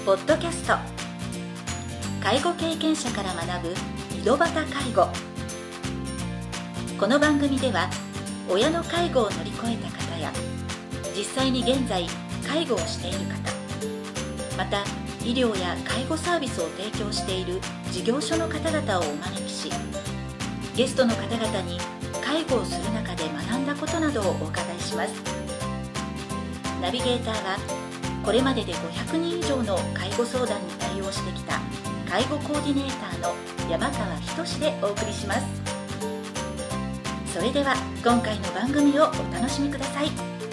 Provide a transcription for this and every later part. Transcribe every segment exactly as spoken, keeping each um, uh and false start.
ポッドキャスト、介護経験者から学ぶ井戸端介護。この番組では親の介護を乗り越えた方や実際に現在介護をしている方、また医療や介護サービスを提供している事業所の方々をお招きし、ゲストの方々に介護をする中で学んだことなどをお伺いします。ナビゲーターはこれまででごひゃくにん以上の介護相談に対応してきた介護コーディネーターの山川仁でお送りします。それでは今回の番組をお楽しみください。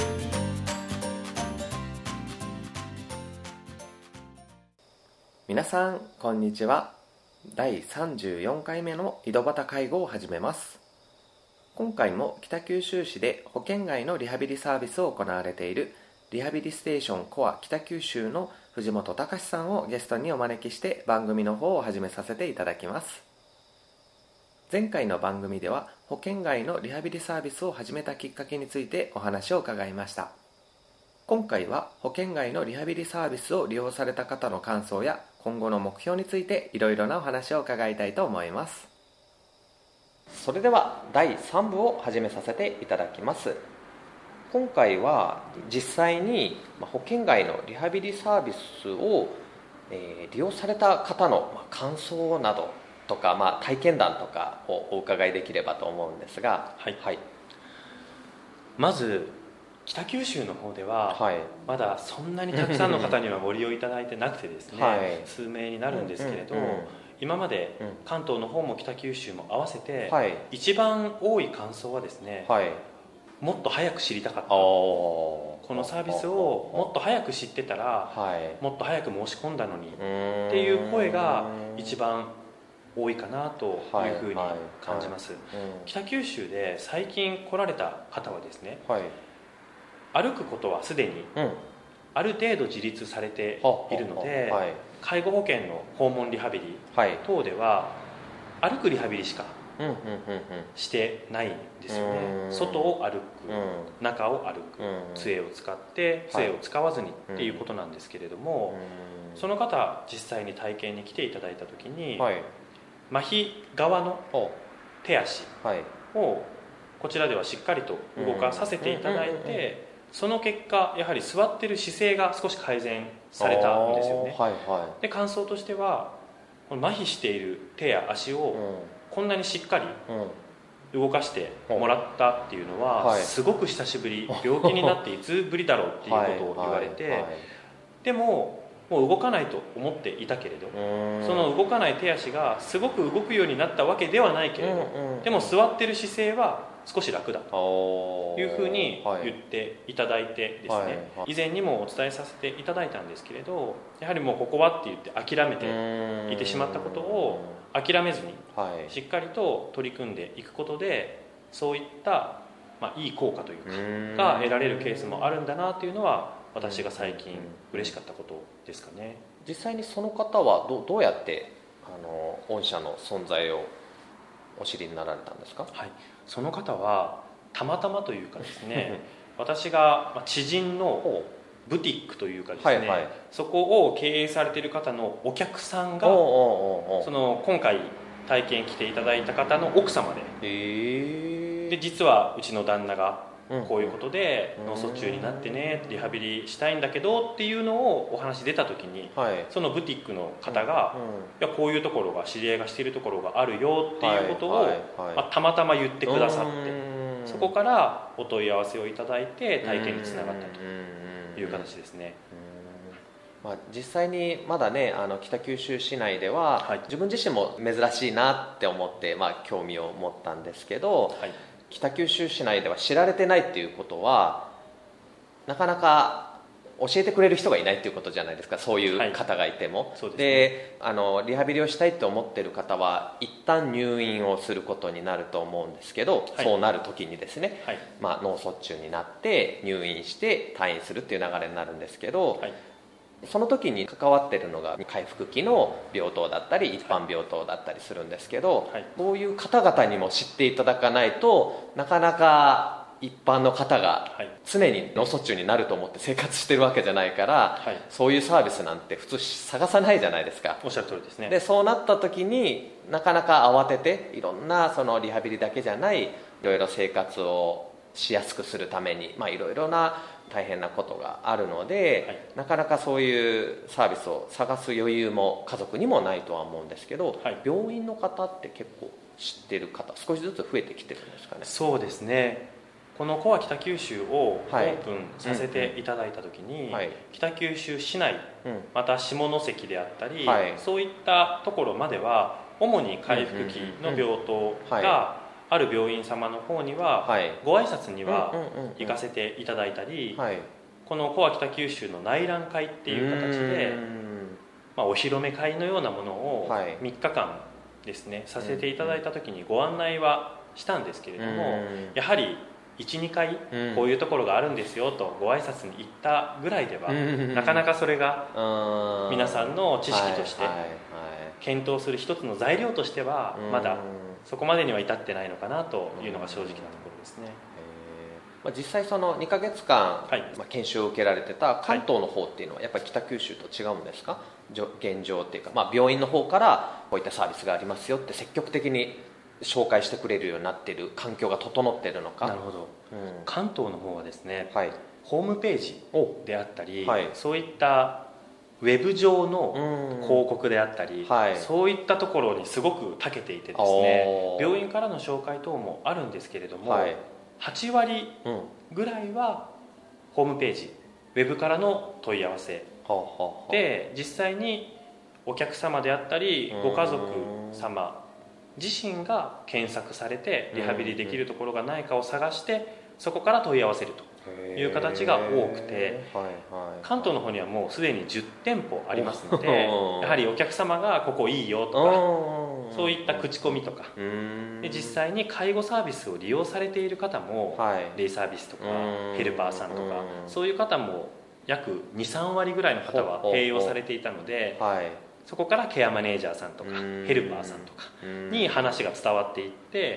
皆さんこんにちは。だいさんじゅうよんかいめの井戸端介護を始めます。今回も北九州市で保険外のリハビリサービスを行われているリハビリステーションコア北九州の藤本隆さんをゲストにお招きして番組の方を始めさせていただきます。前回の番組では保険外のリハビリサービスを始めたきっかけについてお話を伺いました。今回は保険外のリハビリサービスを利用された方の感想や今後の目標についていろいろなお話を伺いたいと思います。それではだいさんぶを始めさせていただきます。今回は実際に保険外のリハビリサービスを利用された方の感想などとか、まあ、体験談とかをお伺いできればと思うんですが、 はいはい、 まず北九州の方では、はい、まだそんなにたくさんの方にはご利用いただいてなくてですね、はい、数名になるんですけれど、うんうんうん、今まで関東の方も北九州も合わせて、はい、一番多い感想はですね、はい、もっと早く知りたかった、このサービスをもっと早く知ってたら、はい、もっと早く申し込んだのにっていう声が一番多いかなというふうに感じます。北九州で最近来られた方はですね、はい、歩くことはすでにある程度自立されているので、はい、介護保険の訪問リハビリ等では歩くリハビリしかしてないんですよね。外を歩く、中を歩く、杖を使って杖を使わずにっていうことなんですけれども、その方実際に体験に来ていただいた時に、はい、麻痺側の手足をこちらではしっかりと動かさせていただいて、その結果やはり座ってる姿勢が少し改善されたんですよね。はいはい、で感想としてはこの麻痺している手や足をこんなにしっかり動かしてもらったっていうのはすごく久しぶり、病気になっていつぶりだろうっていうことを言われて、でももう動かないと思っていたけれど、その動かない手足がすごく動くようになったわけではないけれど、でも座ってる姿勢は少し楽だというふうに言っていただいてですね、以前にもお伝えさせていただいたんですけれど、やはりもうここはって言って諦めていてしまったことを諦めずにしっかりと取り組んでいくことで、そういったまあいい効果というかが得られるケースもあるんだなというのは私が最近嬉しかったことですかね。 実際にその方は ど, どうやってあの御社の存在をお知りになられたんですか？ はい、その方はたまたまというかですね私が知人のブティックというかですね、はいはい、そこを経営されている方のお客さんがその今回体験来ていただいた方の奥様 で, へで実はうちの旦那がこういうことで脳卒中になってね、リハビリしたいんだけどっていうのをお話出た時に、はい、そのブティックの方が、いやこういうところが知り合いがしているところがあるよっていうことを、はいはいはい、まあ、たまたま言ってくださって、そこからお問い合わせをいただいて体験につながったという形ですね。 まあ、実際にまだね、あの北九州市内では、はい、自分自身も珍しいなって思って、まあ、興味を持ったんですけど、はい、北九州市内では知られてないっていうことはなかなか教えてくれる人がいないっていうことじゃないですか。そういう方がいても、はい、そうですね、であのリハビリをしたいと思っている方は一旦入院をすることになると思うんですけど、はい、そうなる時にですね、はい、まあ、脳卒中になって入院して退院するっていう流れになるんですけど、はい、その時に関わっているのが回復期の病棟だったり一般病棟だったりするんですけど、はい、そういう方々にも知っていただかないとなかなか一般の方が常に脳卒中になると思って生活してるわけじゃないから、はい、そういうサービスなんて普通探さないじゃないですか。 おっしゃる通りですね。 でそうなった時になかなか慌てていろんなそのリハビリだけじゃないいろいろ生活をしやすくするために、まあ、いろいろな大変なことがあるので、はい、なかなかそういうサービスを探す余裕も家族にもないとは思うんですけど、はい、病院の方って結構知ってる方少しずつ増えてきてるんですかね。 そうですね。このコア北九州をオープンさせていただいた時に、はい、北九州市内、うん、また下関であったり、はい、そういったところまでは主に回復期の病棟がある病院様の方には、はい、ご挨拶には行かせていただいたり、はい、このコア北九州の内覧会っていう形で、まあ、お披露目会のようなものをみっかかんですね、させていただいた時にご案内はしたんですけれども、やはりいちにかいこういうところがあるんですよとご挨拶に行ったぐらいでは、なかなかそれが皆さんの知識として検討する一つの材料としてはまだそこまでには至ってないのかなというのが正直なところですね。 実際そのにかげつかん、はい、まあ、研修を受けられてた関東の方っていうのはやっぱり北九州と違うんですか？現状っていうか、まあ、病院の方からこういったサービスがありますよって積極的に紹介してくれるようになっている環境が整っているのか。 なるほど、うん、関東の方はですね、はい、ホームページであったり、はい、そういったウェブ上の広告であったり、はい、そういったところにすごく長けていてですね、病院からの紹介等もあるんですけれども、はい、はちわりぐらいはホームページウェブからの問い合わせで、実際にお客様であったりご家族様自身が検索されてリハビリできるところがないかを探してそこから問い合わせるという形が多くて、関東の方にはもうすでにじゅってんぽありますので、やはりお客様がここいいよとかそういった口コミとかで、実際に介護サービスを利用されている方もデイサービスとかヘルパーさんとかそういう方も約にさんわりぐらいの方は併用されていたので、そこからケアマネージャーさんとかヘルパーさんとかに話が伝わっていって、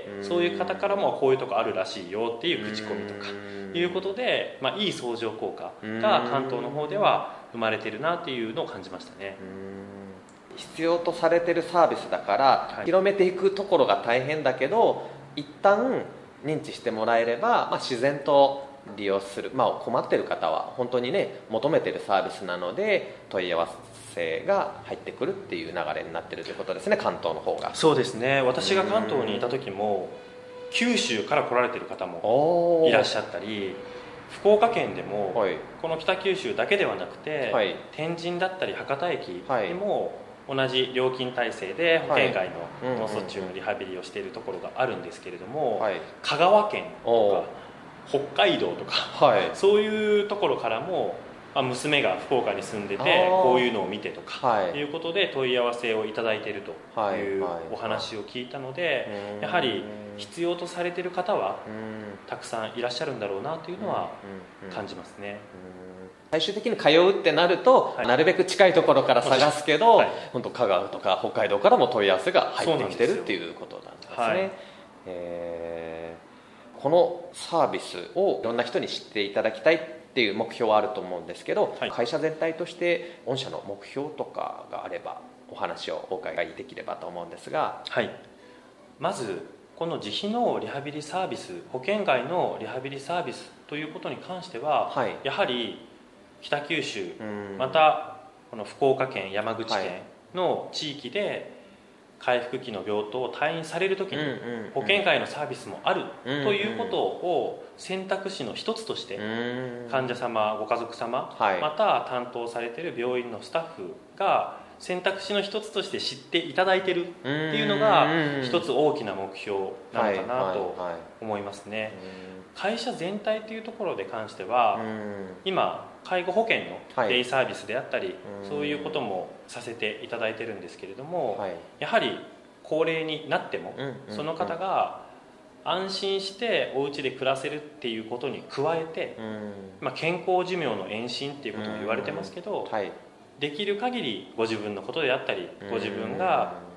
そういう方からもこういうとこあるらしいよっていう口コミとかいうことで、まあ、いい相乗効果が関東の方では生まれてるなっていうのを感じましたね。 必要とされてるサービスだから、はい、広めていくところが大変だけど一旦認知してもらえれば、まあ、自然と利用する、まあ、困ってる方は本当にね求めてるサービスなので問い合わせが入ってくるっていう流れになってるということですね、関東の方が。 そうですね。私が関東にいた時も九州から来られてる方もいらっしゃったり、福岡県でもこの北九州だけではなくて、はい、天神だったり博多駅にも同じ料金体制で保険外の脳卒中のリハビリをしているところがあるんですけれども、はい、香川県とか北海道とか、はい、そういうところからも、まあ、娘が福岡に住んでてこういうのを見てとか、はい、いうことで問い合わせをいただいているというお話を聞いたので、やはり必要とされている方はたくさんいらっしゃるんだろうなというのは感じますね。 最終的に通うってなると、はい、なるべく近いところから探すけど、はい、本当香川とか北海道からも問い合わせが入ってきてるっていうことなんですね。はい、えー、このサービスをいろんな人に知っていただきたいっていう目標はあると思うんですけど、はい、会社全体として御社の目標とかがあればお話をお伺いできればと思うんですが。 はい、まずこの自費のリハビリサービス、保険外のリハビリサービスということに関しては、はい、やはり北九州、またこの福岡県、山口県の地域で回復期の病棟を退院されるときに保険外のサービスもあるということを選択肢の一つとして患者様、ご家族様、また担当されている病院のスタッフが選択肢の一つとして知っていただいているっていうのが一つ大きな目標なのかなと思いますね。会社全体というところで関しては今介護保険のデイサービスであったり、そういうこともさせていただいてるんですけれども、やはり高齢になってもその方が安心してお家で暮らせるっていうことに加えて、まあ、健康寿命の延伸っていうことも言われてますけど、できる限りご自分のことであったりご自分が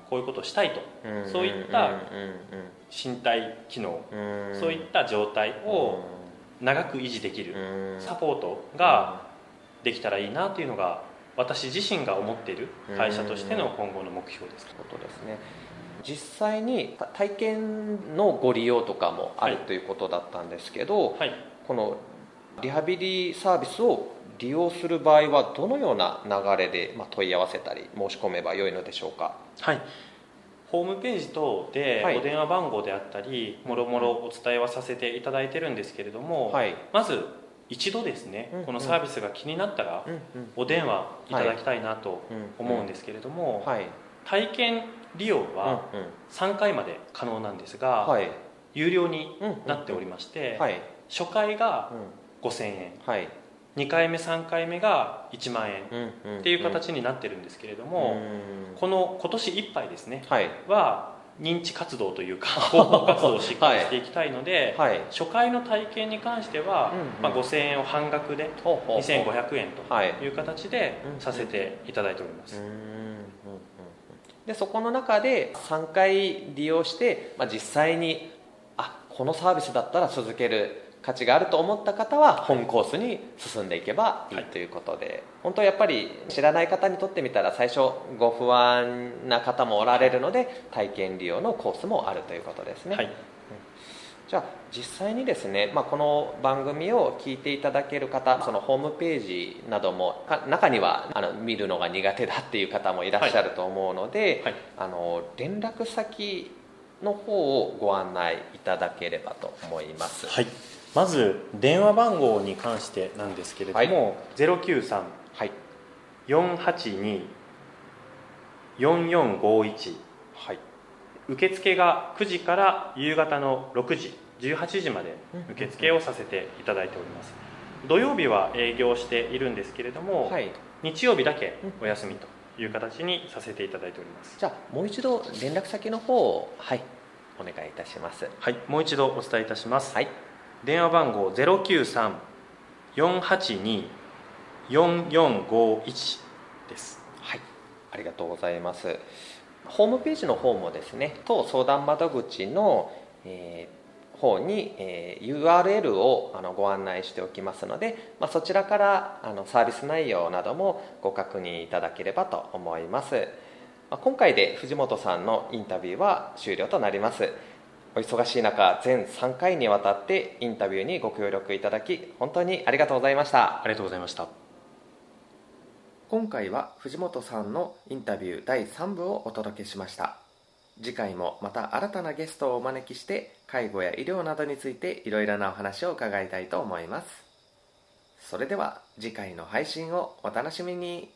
こういうことをしたいと、そういった身体機能、そういった状態を長く維持できるサポートができたらいいなというのが私自身が思っている会社としての今後の目標です。 そうですね。実際に体験のご利用とかもある、はい、ということだったんですけど、はい、このリハビリサービスを利用する場合はどのような流れで問い合わせたり申し込めばよいのでしょうか。 はい、ホームページ等でお電話番号であったり、はい、もろもろお伝えはさせていただいてるんですけれども、はい、まず一度ですね、うんうん、このサービスが気になったら、うんうん、お電話いただきたいなと思うんですけれども、はい、体験利用はさんかいまで可能なんですが、はい、有料になっておりまして、はい、初回がごせんえん、はい、にかいめさんかいめがいちまんえんっていう形になってるんですけれども、この今年いっぱいですね、はい、は認知活動というか広報活動をしっかりしていきたいので、はい、初回の体験に関しては、うんうん、まあ、ごせんえんを半額でにせんごひゃくえんという形でさせていただいております。うんうん、 でそこの中でさんかい利用して、まあ、実際にあこのサービスだったら続ける価値があると思った方は本コースに進んでいけばいいということで、はい、本当やっぱり知らない方にとってみたら最初ご不安な方もおられるので体験利用のコースもあるということですね。はい、うん、じゃあ実際にですね、まあ、この番組を聞いていただける方、そのホームページなども中にはあの見るのが苦手だっていう方もいらっしゃると思うので、はいはい、あの連絡先の方をご案内いただければと思います。 はい、まず電話番号に関してなんですけれども、はい、ゼロきゅうさん よんはちに よんよんごいち、はい、受付がくじから夕方のろくじじゅうはちじまで受付をさせていただいております。土曜日は営業しているんですけれども、はい、日曜日だけお休みという形にさせていただいております。 じゃあもう一度連絡先の方を、はい、お願いいたします。 はい、もう一度お伝えいたします。はい、電話番号 ゼロきゅうさん よんはちに よんよんごいち です。 はい、ありがとうございます。ホームページの方もですね、当相談窓口の、えー、方に、えー、ユーアールエル をあのご案内しておきますので、まあ、そちらからあのサービス内容などもご確認いただければと思います。まあ、今回で藤本さんのインタビューは終了となります。お忙しい中、全さんかいにわたってインタビューにご協力いただき本当にありがとうございました。 ありがとうございました。 今回は藤本さんのインタビューだいさんぶをお届けしました。次回もまた新たなゲストをお招きして介護や医療などについていろいろなお話を伺いたいと思います。それでは次回の配信をお楽しみに。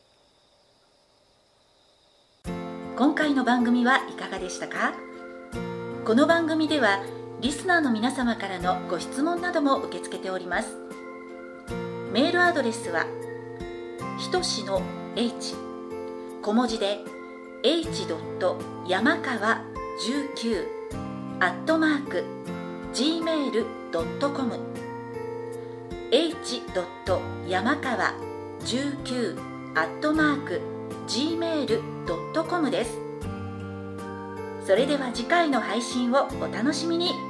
今回の番組はいかがでしたか？この番組ではリスナーの皆様からのご質問なども受け付けております。メールアドレスはひとしの H 小文字で h. 山川じゅうきゅう アットマーク ジーメール ドットコム h. 山川じゅうきゅう アットマーク ジーメール ドットコム です。それでは次回の配信をお楽しみに。